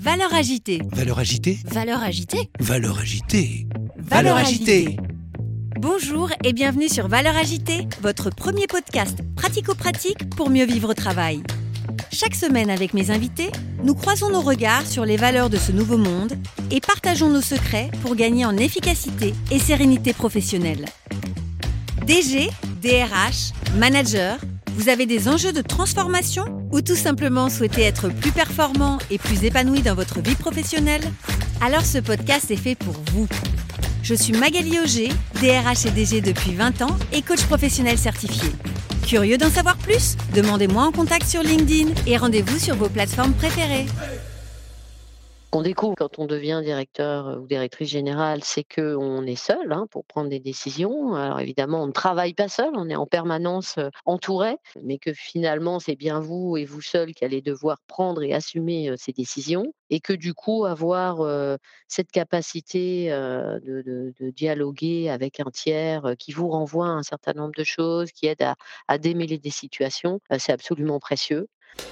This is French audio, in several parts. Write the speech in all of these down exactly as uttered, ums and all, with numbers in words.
Valeurs agitées. Valeurs agitées. Valeurs agitées. Valeurs agitées. Valeurs agitées. Bonjour et bienvenue sur Valeurs agitées, votre premier podcast pratico-pratique pour mieux vivre au travail. Chaque semaine avec mes invités, nous croisons nos regards sur les valeurs de ce nouveau monde et partageons nos secrets pour gagner en efficacité et sérénité professionnelle. D G, D R H, manager, vous avez des enjeux de transformation ou tout simplement souhaitez être plus performant et plus épanoui dans votre vie professionnelle? Alors ce podcast est fait pour vous. Je suis Magali Auger, D R H et D G depuis vingt ans et coach professionnel certifié. Curieux d'en savoir plus? Demandez-moi en contact sur LinkedIn et rendez-vous sur vos plateformes préférées. Qu'on découvre quand on devient directeur ou directrice générale, c'est qu'on est seul hein, pour prendre des décisions. Alors évidemment, on ne travaille pas seul, on est en permanence euh, entouré, mais que finalement, c'est bien vous et vous seul qui allez devoir prendre et assumer euh, ces décisions. Et que du coup, avoir euh, cette capacité euh, de, de- de dialoguer avec un tiers euh, qui vous renvoie à un certain nombre de choses, qui aide à, à démêler des situations, euh, c'est absolument précieux.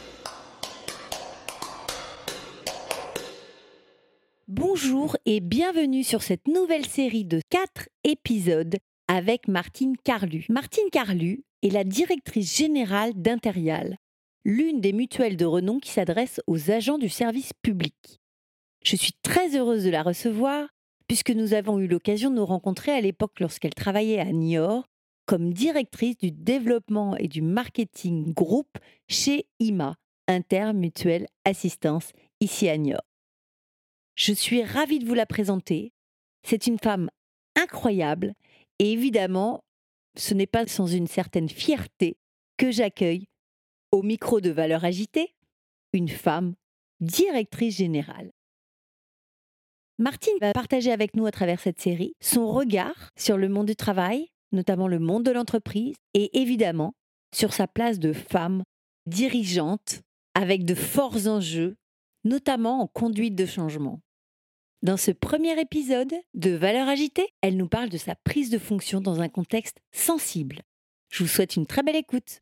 Bonjour et bienvenue sur cette nouvelle série de quatre épisodes avec Martine Carlu. Martine Carlu est la directrice générale d'Interial, l'une des mutuelles de renom qui s'adresse aux agents du service public. Je suis très heureuse de la recevoir puisque nous avons eu l'occasion de nous rencontrer à l'époque lorsqu'elle travaillait à Niort comme directrice du développement et du marketing groupe chez I M A, Intermutuelle Assistance, ici à Niort. Je suis ravie de vous la présenter. C'est une femme incroyable et évidemment, ce n'est pas sans une certaine fierté que j'accueille au micro de Valeurs agitées une femme directrice générale. Martine va partager avec nous à travers cette série son regard sur le monde du travail, notamment le monde de l'entreprise et évidemment sur sa place de femme dirigeante avec de forts enjeux, notamment en conduite de changement. Dans ce premier épisode de Valeurs agitées, elle nous parle de sa prise de fonction dans un contexte sensible. Je vous souhaite une très belle écoute.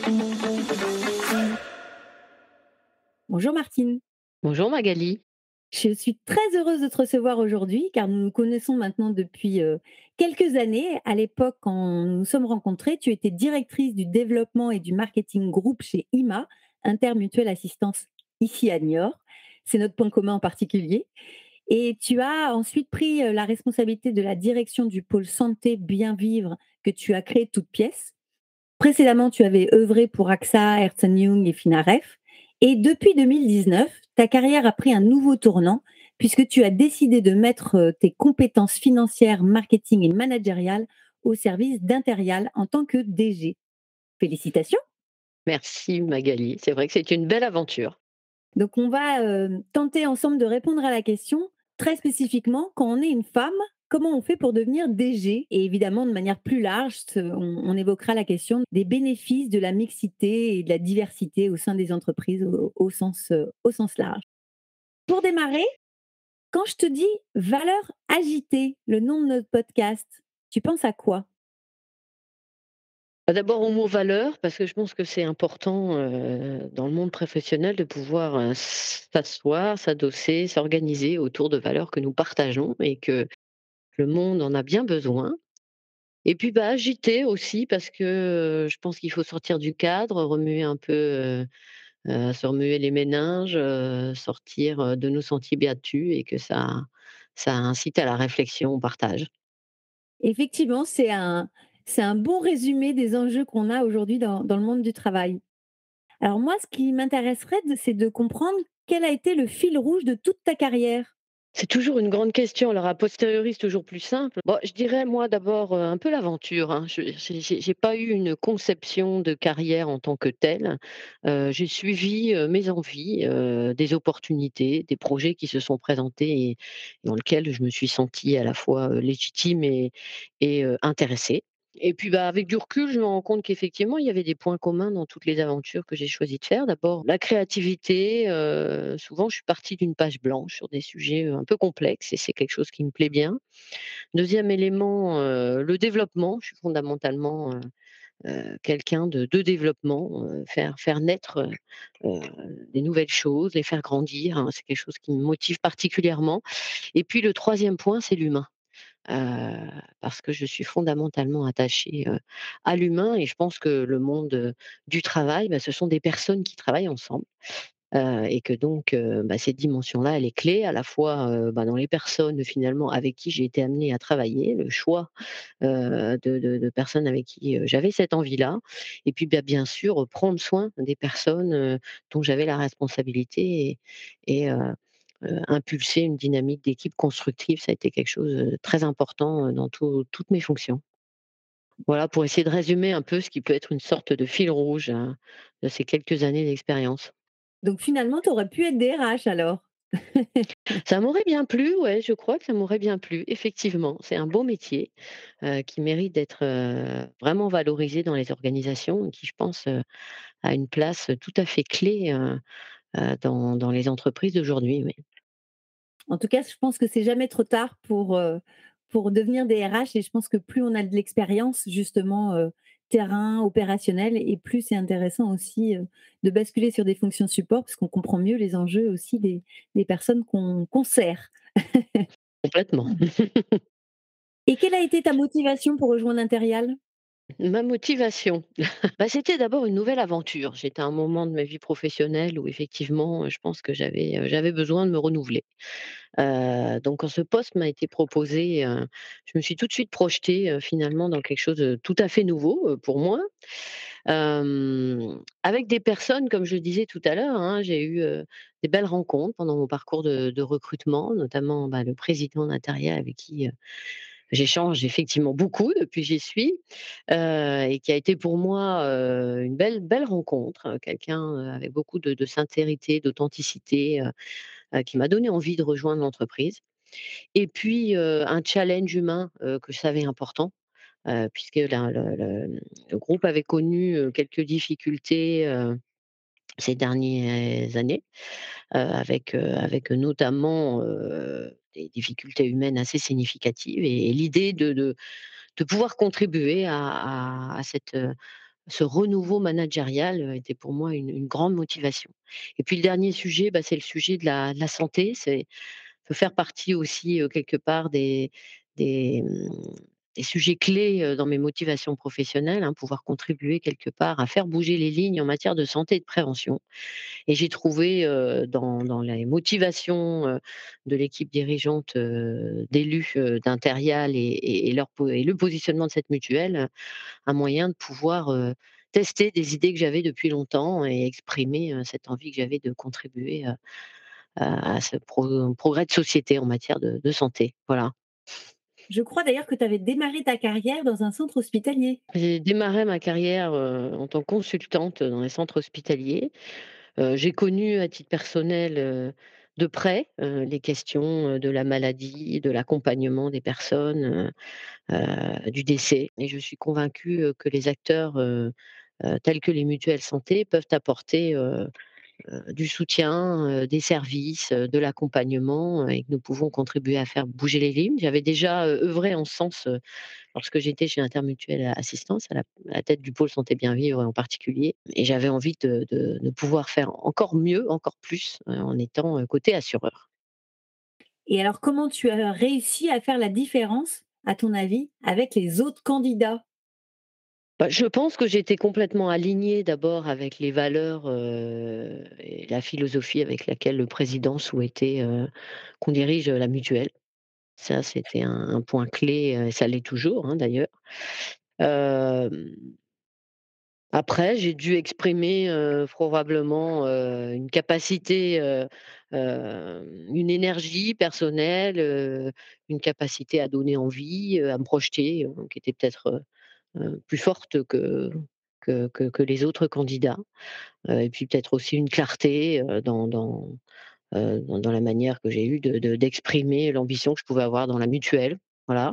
Bonjour Martine. Bonjour Magali. Je suis très heureuse de te recevoir aujourd'hui car nous nous connaissons maintenant depuis euh, quelques années. À l'époque, quand nous nous sommes rencontrés, tu étais directrice du développement et du marketing groupe chez I M A, Intermutuelle Assistance, ici à Niort. C'est notre point commun en particulier. Et tu as ensuite pris euh, la responsabilité de la direction du pôle santé bien vivre que tu as créé de toutes pièces. Précédemment, tu avais œuvré pour A X A, Ernst and Young et Finaref. Et depuis deux mille dix-neuf, ta carrière a pris un nouveau tournant puisque tu as décidé de mettre euh, tes compétences financières, marketing et managériales au service d'Interial en tant que D G. Félicitations. Merci Magali, c'est vrai que c'est une belle aventure. Donc, on va euh, tenter ensemble de répondre à la question très spécifiquement. Quand on est une femme, comment on fait pour devenir D G? Et évidemment, de manière plus large, ce- on, on évoquera la question des bénéfices de la mixité et de la diversité au sein des entreprises au, au sens, euh, au sens large. Pour démarrer, quand je te dis valeur agitée, le nom de notre podcast, tu penses à quoi? Bah, d'abord au mot valeur, parce que je pense que c'est important euh, dans le monde professionnel de pouvoir euh, s'asseoir, s'adosser, s'organiser autour de valeurs que nous partageons et que le monde en a bien besoin. Et puis bah, agiter aussi, parce que euh, je pense qu'il faut sortir du cadre, remuer un peu, euh, euh, se remuer les méninges, euh, sortir euh, de nos sentiers battus et que ça, ça incite à la réflexion, au partage. Effectivement, c'est un, c'est un bon résumé des enjeux qu'on a aujourd'hui dans, dans le monde du travail. Alors moi, ce qui m'intéresserait, de- c'est de comprendre quel a été le fil rouge de toute ta carrière. C'est toujours une grande question. Alors, a posteriori, c'est toujours plus simple. Bon, je dirais, moi, d'abord, heu, un peu l'aventure, hein. Je j'ai j'ai j'ai pas eu une conception de carrière en tant que telle. Heu, j'ai suivi, heu, mes envies, heu, des opportunités, des projets qui se sont présentés et dans lesquels je me suis sentie à la fois, heu, légitime et et heu, intéressée. Et puis, bah, avec du recul, je me rends compte qu'effectivement, il y avait des points communs dans toutes les aventures que j'ai choisi de faire. D'abord, la créativité, heu, souvent je suis partie d'une page blanche sur des sujets, heu, un peu complexes et c'est quelque chose qui me plaît bien. Deuxième élément, heu, le développement. Je suis fondamentalement, heu, heu, quelqu'un de de développement, heu, faire faire naître, heu heu, des nouvelles choses, les faire grandir, hein. C'est quelque chose qui me motive particulièrement et puis le troisième point, c'est l'humain, heu, parce que je suis fondamentalement attachée, heu, à l'humain et je pense que le monde, heu, du travail, bah, ce sont des personnes qui travaillent ensemble. Heu et que donc heu, bah, cette dimension-là, elle est clé à la fois, heu, bah, dans les personnes finalement avec qui j'ai été amenée à travailler, le choix, heu, de de de personnes avec qui, heu, j'avais cette envie-là et puis, bah, bien sûr, heu, prendre soin des personnes, heu, dont j'avais la responsabilité et et heu heu, impulser une dynamique d'équipe constructive, ça a été quelque chose, heu, de très important, heu, dans tout toutes mes fonctions. Voilà, pour essayer de résumer un peu ce qui peut être une sorte de fil rouge, hein, de ces quelques années d'expérience. Donc finalement, tu aurais pu être D R H alors? Ça m'aurait bien plu, ouais, je crois que ça m'aurait bien plu, effectivement. C'est un beau métier, heu, qui mérite d'être, heu, vraiment valorisé dans les organisations et qui, je pense, heu, a une place tout à fait clé, heu heu, dans dans les entreprises d'aujourd'hui, oui. En tout cas, je pense que c'est jamais trop tard pour, heu, pour devenir D R H et je pense que plus on a de l'expérience justement, heu, terrain, opérationnel et plus c'est intéressant aussi, heu, de basculer sur des fonctions support parce qu'on comprend mieux les enjeux aussi des des personnes qu'on qu'on sert. Complètement. Et quelle a été ta motivation pour rejoindre Interial? Ma motivation, bah, c'était d'abord une nouvelle aventure. J'étais à un moment de ma vie professionnelle où effectivement, je pense que j'avais, heu, j'avais besoin de me renouveler. Heu, donc quand ce poste m'a été proposé, heu, je me suis tout de suite projetée, heu, finalement dans quelque chose de tout à fait nouveau, heu, pour moi. Hem, avec des personnes, comme je le disais tout à l'heure, hein, j'ai eu, heu, des belles rencontres pendant mon parcours de de recrutement, notamment, bah, le président d'Interia avec qui, heu, j'échange effectivement beaucoup depuis que j'y suis, heu et qui a été pour moi, heu, une belle belle rencontre, heu, quelqu'un, heu, avec beaucoup de de sincérité, d'authenticité, heu heu, qui m'a donné envie de rejoindre l'entreprise et puis, heu, un challenge humain, heu, que je savais important, heu, puisque la le le le groupe avait connu, heu, quelques difficultés, heu, ces dernières années, heu, avec, heu, avec notamment, heu, des difficultés humaines assez significatives et et l'idée de de de pouvoir contribuer à à à cette, heu, ce renouveau managérial, heu, était pour moi une une grande motivation et puis le dernier sujet, bah, c'est le sujet de la de la santé. C'est peut faire partie aussi, heu, quelque part des des, mmh, des sujets clés, heu, dans mes motivations professionnelles, hein, pouvoir contribuer quelque part à faire bouger les lignes en matière de santé et de prévention et j'ai trouvé, heu, dans dans les motivations, heu, de l'équipe dirigeante, heu, d'élus, heu, d'Interial et et et leur po et le positionnement de cette mutuelle, heu, un moyen de pouvoir, heu, tester des idées que j'avais depuis longtemps et exprimer, heu, cette envie que j'avais de contribuer, heu, à à ce pro progrès de société en matière de de santé, voilà. Je crois d'ailleurs que tu avais démarré ta carrière dans un centre hospitalier. J'ai démarré ma carrière, heu, en tant que consultante dans les centres hospitaliers. Heu, j'ai connu à titre personnel, heu, de près, heu, les questions, heu, de la maladie, de l'accompagnement des personnes, heu heu, du décès et je suis convaincue, heu, que les acteurs, heu heu, tels que les mutuelles santé peuvent apporter, heu heu, du soutien, heu, des services, heu, de l'accompagnement, heu et que nous pouvons contribuer à faire bouger les lignes. J'avais déjà, heu, œuvré en ce sens, heu, lorsque j'étais chez Intermutuelle Assistance, à la à la tête du pôle santé bien vivre en particulier et j'avais envie de de de pouvoir faire encore mieux, encore plus, heu, en étant, heu, côté assureur. Et alors comment tu as réussi à faire la différence, à ton avis, avec les autres candidats? Bah, je pense que j'étais complètement alignée d'abord avec les valeurs, heu et la philosophie avec laquelle le président souhaitait, heu, qu'on dirige, la mutuelle. Ça, c'était un un point clé, heu, et ça l'est toujours, hein, d'ailleurs. Hem, Après, j'ai dû exprimer, heu, probablement, heu, une capacité, heu, hem, une énergie personnelle, heu, une capacité à donner envie, heu, à me projeter, heu, qui était peut-être, heu heu, plus forte que que que que les autres candidats. Heu et puis peut-être aussi une clarté, heu, dans dans, heu, dans dans la manière que j'ai eue de de d'exprimer l'ambition que je pouvais avoir dans la mutuelle. Voilà.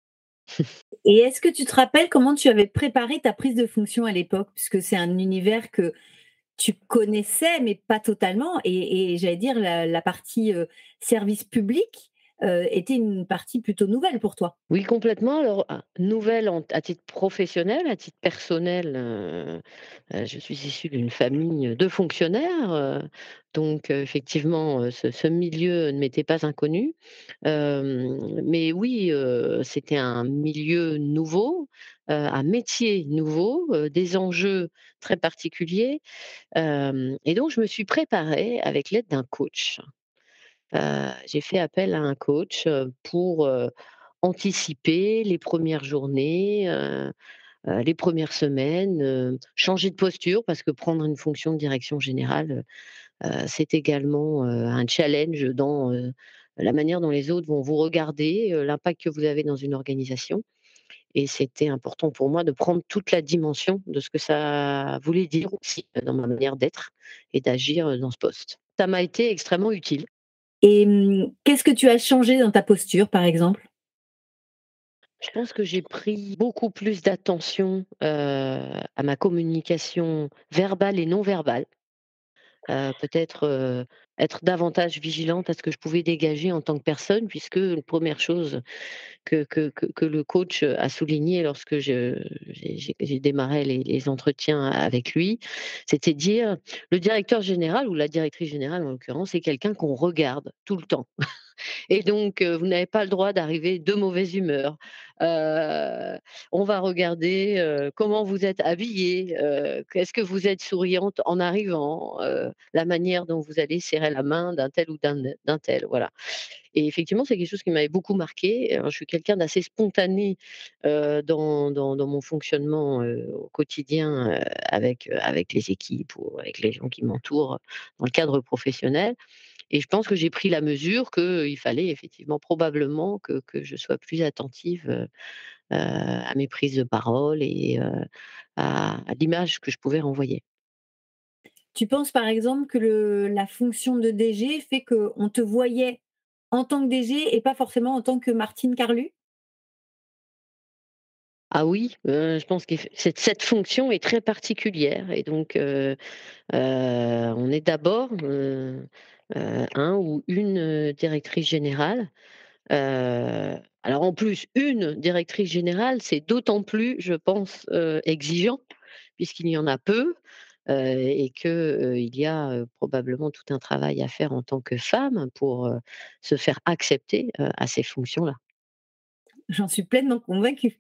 Et est-ce que tu te rappelles comment tu avais préparé ta prise de fonction à l'époque? Puisque c'est un univers que tu connaissais, mais pas totalement et et j'allais dire la la partie, heu, service public, heu, était une partie plutôt nouvelle pour toi? Oui, complètement. Alors, ah, nouvelle en à titre professionnel, à titre personnel, heu heu, je suis issue d'une famille de fonctionnaires, heu, donc heu, effectivement, heu, ce ce milieu ne m'était pas inconnu. Hem, mais oui, heu, c'était un milieu nouveau, heu, un métier nouveau, heu, des enjeux très particuliers, hem et donc je me suis préparée avec l'aide d'un coach. Heu, j'ai fait appel à un coach, heu, pour, heu, anticiper les premières journées, heu heu, les premières semaines, heu, changer de posture parce que prendre une fonction de direction générale, heu c'est également, heu, un challenge dans, heu, la manière dont les autres vont vous regarder, heu, l'impact que vous avez dans une organisation et c'était important pour moi de prendre toute la dimension de ce que ça voulait dire aussi, heu, dans ma manière d'être et d'agir, heu, dans ce poste. Ça m'a été extrêmement utile. Et mmh, qu'est-ce que tu as changé dans ta posture, par exemple? Je pense que j'ai pris beaucoup plus d'attention, heu, à ma communication verbale et non verbale. Heu, peut-être, heu, être davantage vigilante à ce que je pouvais dégager en tant que personne puisque la première chose que que que que le coach, a souligné lorsque je j'ai j'ai j'ai démarré les les entretiens avec lui, c'était de dire: «Le directeur général ou la directrice générale en l'occurrence est quelqu'un qu'on regarde tout le temps». Et donc, heu, vous n'avez pas le droit d'arriver de mauvaise humeur. Heu, on va regarder, heu, comment vous êtes habillée, heu, est-ce que vous êtes souriante en arrivant, heu, la manière dont vous allez serrer la main d'un tel ou d'un d'un tel, voilà. Et effectivement, c'est quelque chose qui m'avait beaucoup marquée. Alors je suis quelqu'un d'assez spontané, heu, dans dans dans mon fonctionnement, heu, au quotidien, heu, avec, heu, avec les équipes ou avec les gens qui m'entourent, dans le cadre professionnel. Et je pense que j'ai pris la mesure qu'il fallait effectivement probablement que que je sois plus attentive, heu heu, à mes prises de parole et heu, à à l'image que je pouvais renvoyer. Tu penses par exemple que le la fonction de D G fait qu'on te voyait en tant que D G et pas forcément en tant que Martine Carlu? Ah oui, heu, je pense que cette cette fonction est très particulière et donc heu heu, on est d'abord, heu heu, un ou une, heu, directrice générale. Heu, alors en plus, une directrice générale, c'est d'autant plus, je pense, heu, exigeant puisqu'il y en a peu, heu et que, heu, il y a, heu, probablement tout un travail à faire en tant que femme pour, heu, se faire accepter, heu, à ces fonctions-là. J'en suis pleinement convaincue.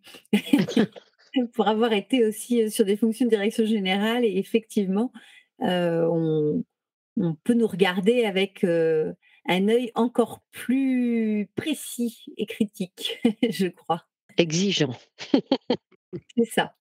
Pour avoir été aussi, heu, sur des fonctions de direction générale et effectivement, heu, on on peut nous regarder avec, heu, un œil encore plus précis et critique, je crois. Exigeant. C'est ça.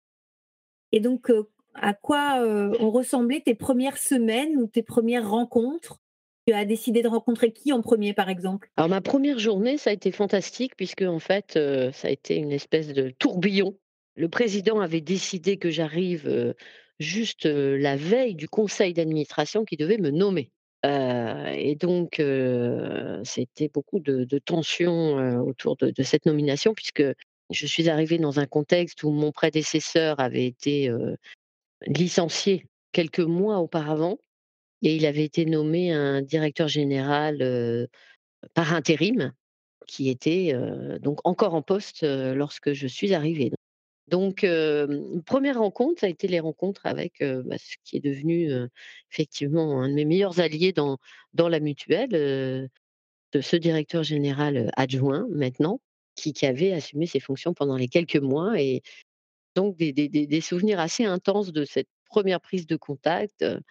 Et donc, heu, à quoi, heu, ont ressemblé tes premières semaines ou tes premières rencontres? Tu as décidé de rencontrer qui en premier, par exemple? Alors ma première journée, ça a été fantastique puisque en fait, heu, ça a été une espèce de tourbillon. Le président avait décidé que j'arrive, heu, juste, heu, la veille du conseil d'administration qui devait me nommer. Heu et donc heu, c'était beaucoup de de tensions, heu, autour de de cette nomination puisque je suis arrivée dans un contexte où mon prédécesseur avait été, heu, licencié quelques mois auparavant et il avait été nommé un directeur général, heu, par intérim qui était, heu, donc encore en poste, heu, lorsque je suis arrivée. Donc hem, première rencontre, ça a été les rencontres avec, heu, bah, ce qui est devenu, heu, effectivement un de mes meilleurs alliés dans dans la mutuelle, heu, de ce directeur général, heu, adjoint maintenant, qui qui avait assumé ses fonctions pendant les quelques mois et donc des des des des souvenirs assez intenses de cette première prise de contact, heu,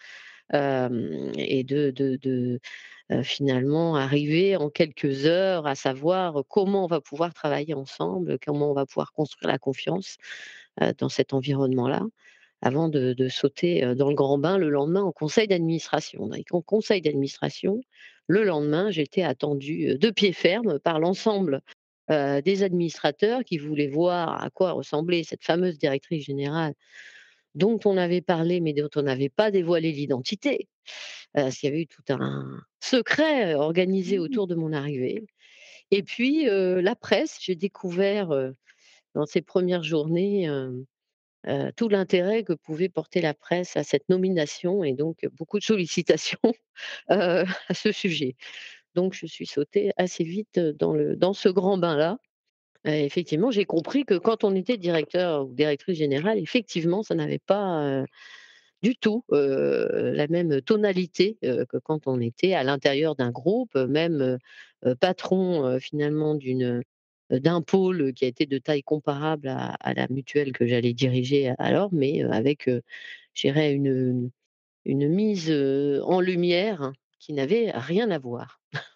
hem et de de de, heu, finalement arriver en quelques heures à savoir comment on va pouvoir travailler ensemble, comment on va pouvoir construire la confiance, heu, dans cet environnement-là, avant de de sauter, heu, dans le grand bain le lendemain au conseil d'administration. Donc au conseil d'administration, le lendemain, j'étais attendue, heu, de pied ferme par l'ensemble, heu, des administrateurs qui voulaient voir à quoi ressemblait cette fameuse directrice générale dont on avait parlé, mais dont on n'avait pas dévoilé l'identité. Heu, parce qu'il y avait eu tout un secret, heu, organisé Mmh. autour de mon arrivée et puis, heu, la presse, j'ai découvert, heu, dans ces premières journées, hem, heu, tout l'intérêt que pouvait porter la presse à cette nomination et donc beaucoup de sollicitations, heu, à ce sujet. Donc je suis sautée assez vite, dans le dans ce grand bain-là. Et effectivement, j'ai compris que quand on était directeur ou directrice générale, effectivement, ça n'avait pas, heu, du tout, heu, la même tonalité, heu, que quand on était à l'intérieur d'un groupe, heu, même, heu heu, patron, heu, finalement d'une, heu, d'un pôle qui a été de taille comparable à à la mutuelle que j'allais diriger alors, mais, heu, avec, heu, je dirais une, une mise, heu, en lumière qui n'avait rien à voir.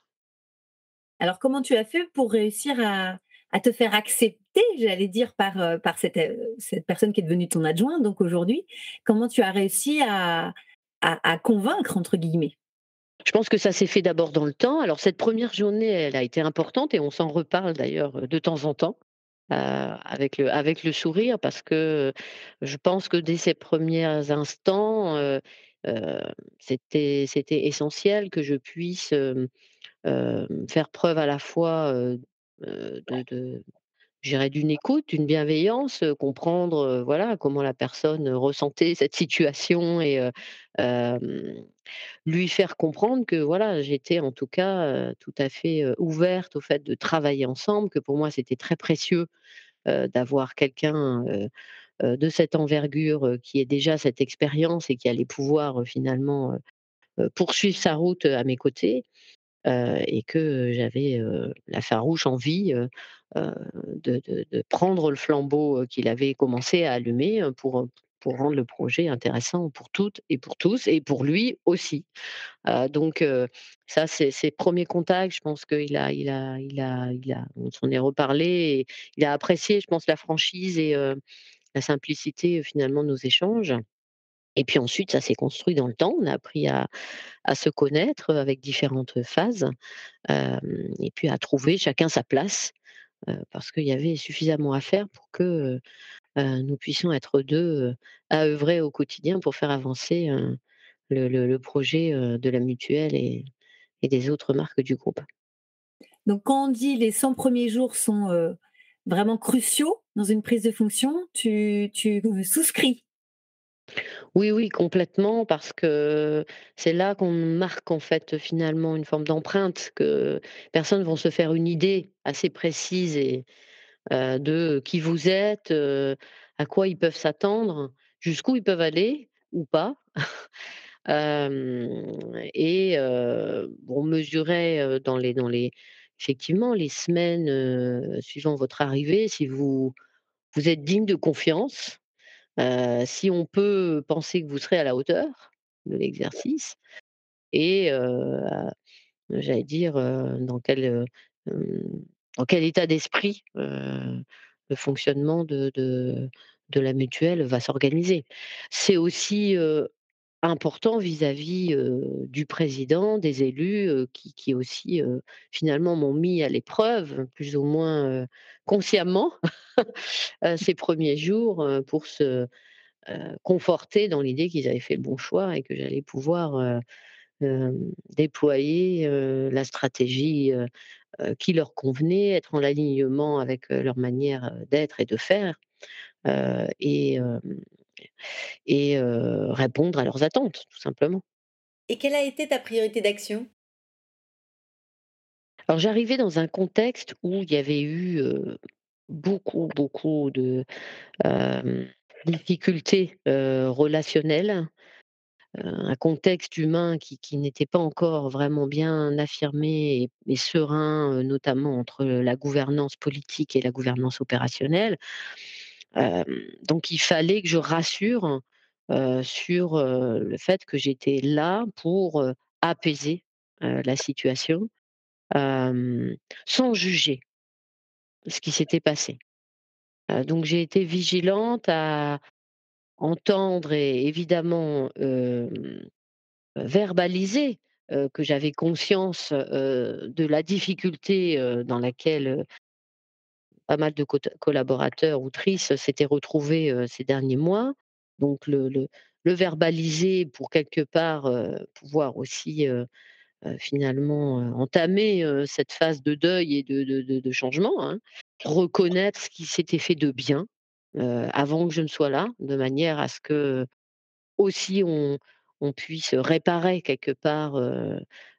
Alors comment tu as fait pour réussir à à te faire accepter, j'allais dire par, heu, par cette, heu, cette personne qui est devenue ton adjoint donc aujourd'hui? Comment tu as réussi à à à «convaincre» entre guillemets? Je pense que ça s'est fait d'abord dans le temps. Alors cette première journée, elle a été importante et on s'en reparle d'ailleurs, heu, de temps en temps, heu, avec le avec le sourire parce que, je pense que dès ces premiers instants, heu heu, c'était c'était essentiel que je puisse, hem, hem, faire preuve à la fois, heu heu, de de je dirais d'une écoute, d'une bienveillance, heu, comprendre, heu, voilà, comment la personne, ressentait cette situation et heu, hem, lui faire comprendre que voilà, j'étais en tout cas, heu, tout à fait, heu, ouverte au fait de travailler ensemble, que pour moi c'était très précieux, heu, d'avoir quelqu'un, heu heu, de cette envergure, heu, qui ait déjà cette expérience et qui allait pouvoir, heu, finalement, heu heu, poursuivre sa route, heu, à mes côtés. Heu et que j'avais, heu, la farouche envie, heu heu, de de de prendre le flambeau, heu, qu'il avait commencé à allumer, heu, pour, heu, pour rendre le projet intéressant pour toutes et pour tous et pour lui aussi. Heu, donc heu, ça c'est ses premiers contacts, je pense qu'il a il a il a il a on s'en est reparlé et il a apprécié, je pense, la franchise et heu, la simplicité, heu, finalement de nos échanges. Et puis ensuite, ça s'est construit dans le temps. On a appris à à se connaître, heu, avec différentes phases. Hem et puis à trouver chacun sa place, heu, parce qu'il y avait suffisamment à faire pour que, heu heu, nous puissions être deux heu, à œuvrer au quotidien pour faire avancer, heu, le le le projet, heu, de la mutuelle et et des autres marques du groupe. Donc quand on dit les cent premiers jours sont, heu, vraiment cruciaux dans une prise de fonction, tu tu, heu, souscris? Oui, oui, complètement, parce que c'est là qu'on marque en fait, finalement, une forme d'empreinte, que personnes vont se faire une idée assez précise et heu, de qui vous êtes, heu, à quoi ils peuvent s'attendre, jusqu'où ils peuvent aller ou pas. Hem et heu, bon, mesurer, heu, dans les dans les effectivement, les semaines, heu, suivant votre arrivée, si vous vous êtes digne de confiance, heu, si on peut penser que vous serez à la hauteur de l'exercice et heu, j'allais dire, heu, dans quel, heu, hem, dans quel état d'esprit, heu, le fonctionnement de de de la mutuelle va s'organiser. C'est aussi, heu, important vis-à-vis, heu, du président, des élus, heu, qui qui aussi, heu, finalement m'ont mis à l'épreuve, plus ou moins, heu, consciemment, heu, ces premiers jours, heu, pour se, heu, conforter dans l'idée qu'ils avaient fait le bon choix et que j'allais pouvoir, heu, hem, déployer, heu, la stratégie, heu heu, qui leur convenait, être en alignement avec, heu, leur manière, heu, d'être et de faire, heu et hem et heu, répondre à leurs attentes, tout simplement. Et quelle a été ta priorité d'action? Alors j'arrivais dans un contexte où il y avait eu, heu, beaucoup, beaucoup de, hem, difficultés, heu, relationnelles, heu, un contexte humain qui qui n'était pas encore vraiment bien affirmé et et serein, heu, notamment entre la gouvernance politique et la gouvernance opérationnelle. Hem, donc il fallait que je rassure, heu, sur, heu, le fait que j'étais là pour, heu, apaiser, heu, la situation, hem, sans juger ce qui s'était passé. Heu, donc j'ai été vigilante à entendre et évidemment, hem, verbaliser, heu, que j'avais conscience, heu, de la difficulté, heu, dans laquelle, heu, pas mal de cot collaborateurs ou tristes s'étaient retrouvés, heu, ces derniers mois. Donc le le le verbaliser pour quelque part, heu, pouvoir aussi, heu heu, finalement, heu, entamer, heu, cette phase de deuil et de de de de changement, hein. Reconnaître ce qui s'était fait de bien, heu, avant que je ne sois là, de manière à ce que aussi on on puisse réparer quelque part, heu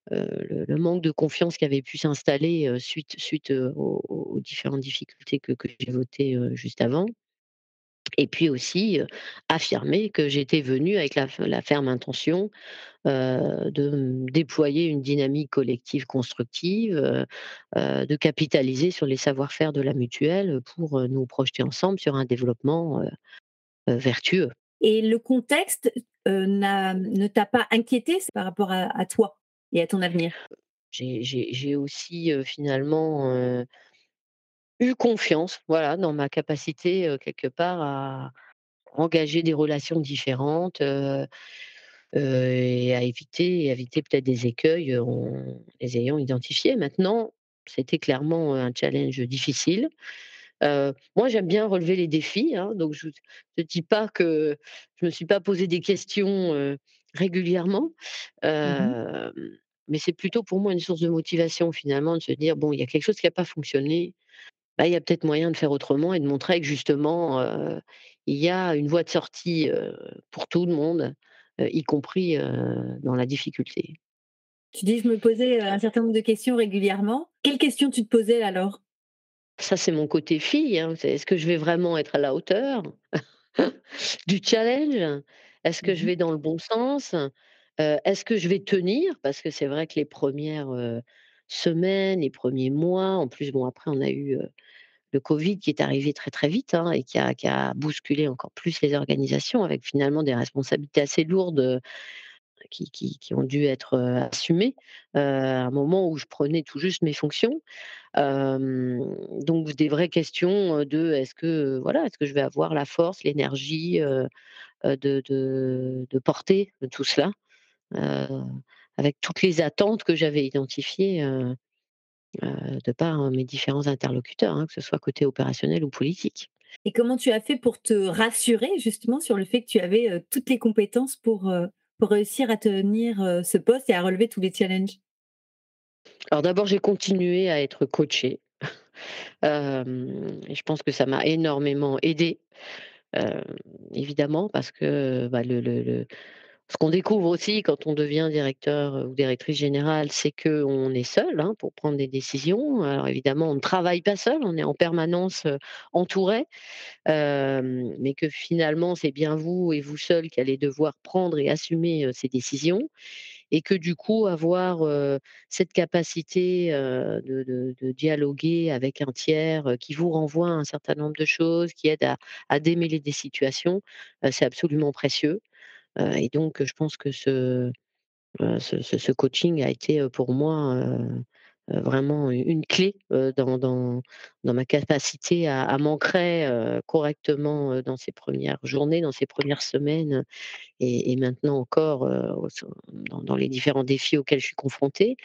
heu, le le manque de confiance qui avait pu s'installer, heu, suite suite, heu, aux aux différentes difficultés que que j'évoquais, heu, juste avant. Et puis aussi, heu, affirmer que j'étais venue avec la f la ferme intention, heu, de, mmh, déployer une dynamique collective constructive, heu heu, de capitaliser sur les savoir-faire de la mutuelle, pour, heu, nous projeter ensemble sur un développement, heu heu, vertueux. Et le contexte, heu, n'a ne t'a pas inquiété par rapport à à toi et à ton avenir? J'ai j'ai j'ai aussi, heu, finalement, heu, eu confiance, voilà, dans ma capacité, heu, quelque part à engager des relations différentes, heu heu et à éviter et à éviter peut-être des écueils, heu, en les ayant identifiés. Maintenant, c'était clairement, heu, un challenge difficile. Heu, moi, j'aime bien relever les défis, hein, donc je ne dis pas que je me suis pas posé des questions, heu, régulièrement. Mmh. Hem, mais c'est plutôt pour moi une source de motivation finalement de se dire: «Bon, il y a quelque chose qui a pas fonctionné, bah, il y a peut-être moyen de faire autrement» et de montrer que justement, heu, il y a une voie de sortie, heu, pour tout le monde, heu, y compris, heu, dans la difficulté. Tu dis: «Je me posais, heu, un certain nombre de questions régulièrement». Quelles questions tu te posais alors? Ça, c'est mon côté fille, hein, c'est: «Est-ce que je vais vraiment être à la hauteur du challenge? Est-ce que je Mmh. vais dans le bon sens? Heu, est-ce que je vais tenir?» Parce que c'est vrai que les premières res semaines, les premiers mois, en plus, bon, après on a eu, heu, le covid qui est arrivé très, très vite, hein, et qui a qui a bousculé encore plus les organisations avec finalement des responsabilités assez lourdes, heu, qui qui qui ont dû être, heu, assumées, heu, à un moment où je prenais tout juste mes fonctions. Hem, donc des vraies questions, heu, de: «Est-ce que, heu, voilà, est-ce que je vais avoir la force, l'énergie, heu heu, de de de porter tout cela?» heu, avec toutes les attentes que j'avais identifiées, heu heu, de par, heu, mes différents interlocuteurs, hein, que ce soit côté opérationnel ou politique. Et comment tu as fait pour te rassurer justement sur le fait que tu avais, heu, toutes les compétences pour, heu, pour réussir à tenir, heu, ce poste et à relever tous les challenges? Alors d'abord, j'ai continué à être coachée, hem et je pense que ça m'a énormément aidée, hem, évidemment parce que, bah, le le le ce qu'on découvre aussi quand on devient directeur, heu, ou directrice générale, c'est qu'on est seul, hein, pour prendre des décisions. Alors évidemment, on ne travaille pas seul, on est en permanence, heu, entouré, hem, mais que finalement, c'est bien vous et vous seul qui allez devoir prendre et assumer, heu, ces décisions et que du coup, avoir, heu, cette capacité, heu, de de de dialoguer avec un tiers, heu, qui vous renvoie un certain nombre de choses, qui aide à à démêler des situations, heu, c'est absolument précieux. Heu et donc je pense que ce, heu, ce ce ce coaching a été, heu, pour moi, heu heu, vraiment u une clé, heu, dans dans dans ma capacité à à m'ancrer, heu, correctement, heu, dans ces premières journées, dans ces premières semaines et et maintenant encore, heu, au sein dans dans les différents défis auxquels je suis confrontée.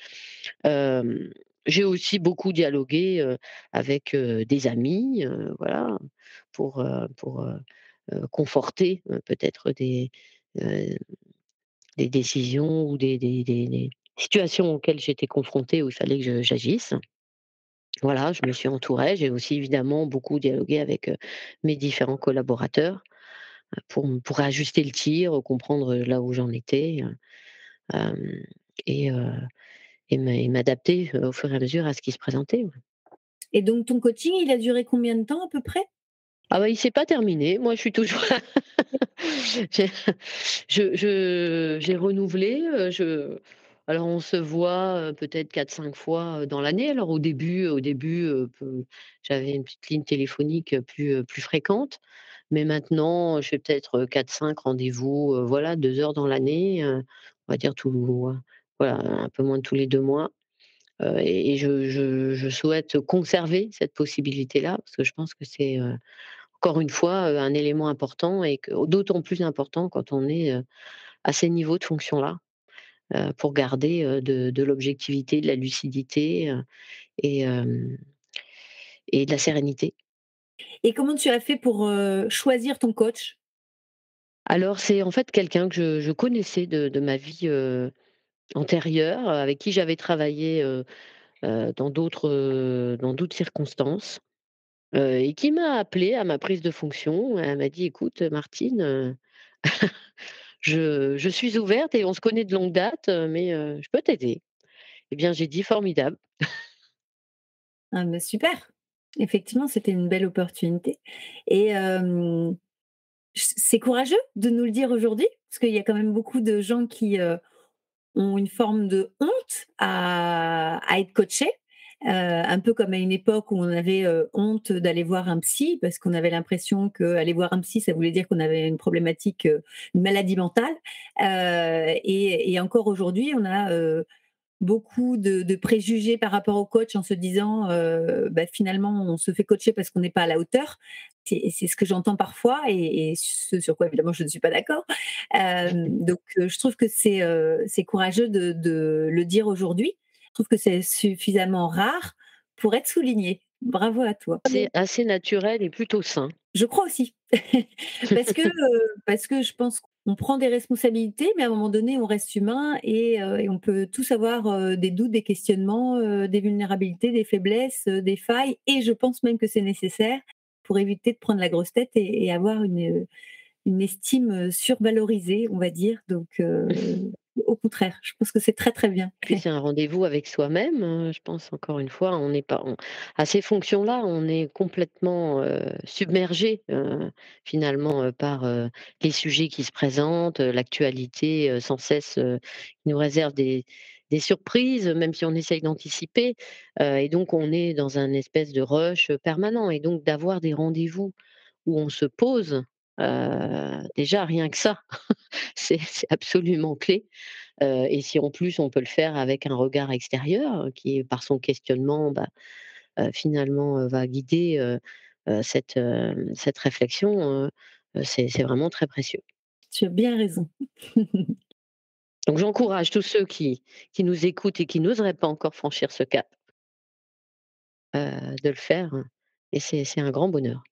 Hem, j'ai aussi beaucoup dialogué, heu, avec, heu, des amis, heu, voilà, pour, heu pour, heu heu, conforter, heu, peut-être des, heu des décisions ou des des des des situations auxquelles j'étais confrontée où il fallait que je j'agisse. Voilà, je me suis entourée. J'ai aussi évidemment beaucoup dialogué avec, heu, mes différents collaborateurs, heu, pour m pour ajuster le tir, heu, comprendre, heu, là où j'en étais, heu, hem et heu et m'a et m'adapter, heu, au fur et à mesure à ce qui se présentait, ouais. Et donc ton coaching, il a duré combien de temps à peu près? Ah bah, il s'est pas terminé. Moi, je suis toujours j'ai je je j'ai renouvelé, heu, je alors on se voit, heu, peut-être quatre cinq fois, heu, dans l'année. Alors au début au début, heu, peu j'avais une petite ligne téléphonique, heu, plus, heu, plus fréquente, mais maintenant, je fais peut-être, heu, quatre cinq rendez-vous, heu, voilà, deux heures dans l'année, heu, on va dire tous voilà, un peu moins de tous les deux mois, heu et et je je je souhaite conserver cette possibilité-là parce que je pense que c'est, heu encore une fois, heu, un élément important et que d'autant plus important quand on est, heu, à ces niveaux de fonction-là, heu, pour garder, heu, de de l'objectivité, de la lucidité, heu et hem et de la sérénité. Et comment tu as fait pour, heu, choisir ton coach? Alors c'est en fait quelqu'un que je je connaissais de de ma vie, heu, antérieure, euh, avec qui j'avais travaillé, heu heu, dans d'autres, heu, dans d'autres circonstances, heu et qui m'a appelée à ma prise de fonction. Elle m'a dit: «Écoute, Martine, heu, je je suis ouverte et on se connaît de longue date, heu, mais heu, je peux t'aider». Eh bien, j'ai dit: «Formidable». Ah mais super! Effectivement, c'était une belle opportunité et hem, c c'est courageux de nous le dire aujourd'hui, parce qu'il y a quand même beaucoup de gens qui, heu, ont une forme de honte à à être coachés, heu, un peu comme à une époque où on avait, heu, honte d'aller voir un psy parce qu'on avait l'impression qu'aller voir un psy, ça voulait dire qu'on avait une problématique, heu, une maladie mentale, heu et et encore aujourd'hui, on a, heu, beaucoup de de préjugés par rapport au coach en se disant, heu, bah, finalement, on se fait coacher parce qu'on n'est pas à la hauteur. C'est c'est ce que j'entends parfois et et ce sur quoi évidemment je ne suis pas d'accord. Hem, donc heu, je trouve que c'est, heu, c'est courageux de de le dire aujourd'hui. Je trouve que c'est suffisamment rare pour être souligné. Bravo à toi. C'est assez naturel et plutôt sain. Je crois aussi. Parce que, heu, parce que je pense qu'on prend des responsabilités, mais à un moment donné, on reste humain et heu et on peut tous avoir, heu, des doutes, des questionnements, heu, des vulnérabilités, des faiblesses, heu, des failles et je pense même que c'est nécessaire pour éviter de prendre la grosse tête et et avoir une, heu, une estime, heu, survalorisée, on va dire. Donc heu, au contraire, je pense que c'est très, très bien. Puis c'est un rendez-vous avec soi-même, heu, je pense encore une fois, on n'est pas on à ces fonctions-là, on est complètement, heu, submergé, heu, finalement, heu, par, heu, les sujets qui se présentent, heu, l'actualité, heu, sans cesse, heu, qui nous réserve des des surprises, même si on essaye d'anticiper, heu et donc on est dans un espèce de rush, permanent et donc d'avoir des rendez-vous où on se pose, heu, déjà rien que ça, c'est c'est absolument clé. Heu et si en plus on peut le faire avec un regard extérieur, heu, qui par son questionnement, bah, heu, finalement, heu, va guider, heu heu, cette, hem, cette réflexion, heu heu, c'est c'est vraiment très précieux. Tu as bien raison. Donc j'encourage tous ceux qui qui nous écoutent et qui n'oseraient pas encore franchir ce cap, heu, de le faire, hein, et c'est c'est un grand bonheur.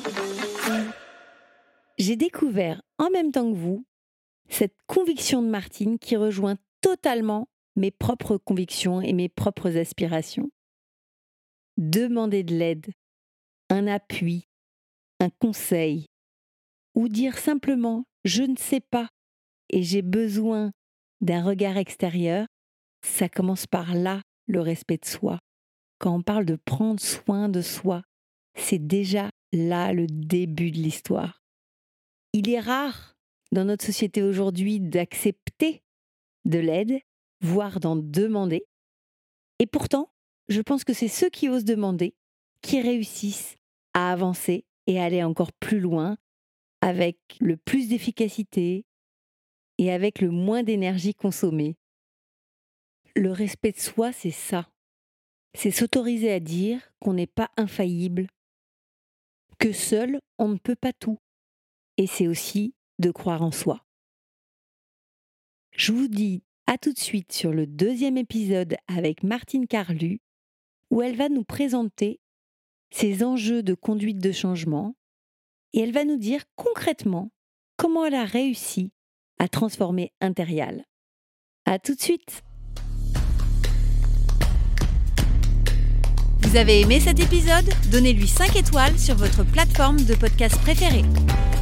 J'ai découvert en même temps que vous cette conviction de Martine qui rejoint totalement mes propres convictions et mes propres aspirations. Demander de l'aide, un appui, un conseil, ou dire simplement je ne sais pas et j'ai besoin d'un regard extérieur, ça commence par là, le respect de soi. Quand on parle de prendre soin de soi, c'est déjà là le début de l'histoire. Il est rare dans notre société aujourd'hui d'accepter de l'aide, voire d'en demander. Et pourtant, je pense que c'est ceux qui osent demander qui réussissent à avancer et à aller encore plus loin avec le plus d'efficacité et avec le moins d'énergie consommée. Le respect de soi, c'est ça. C'est s'autoriser à dire qu'on n'est pas infaillible, que seul, on ne peut pas tout. Et c'est aussi de croire en soi. Je vous dis à tout de suite sur le deuxième épisode avec Martine Carlu, où elle va nous présenter ses enjeux de conduite de changement et elle va nous dire concrètement comment elle a réussi à transformer Interial. À tout de suite. Vous avez aimé cet épisode ? Donnez-lui cinq étoiles sur votre plateforme de podcast préférée.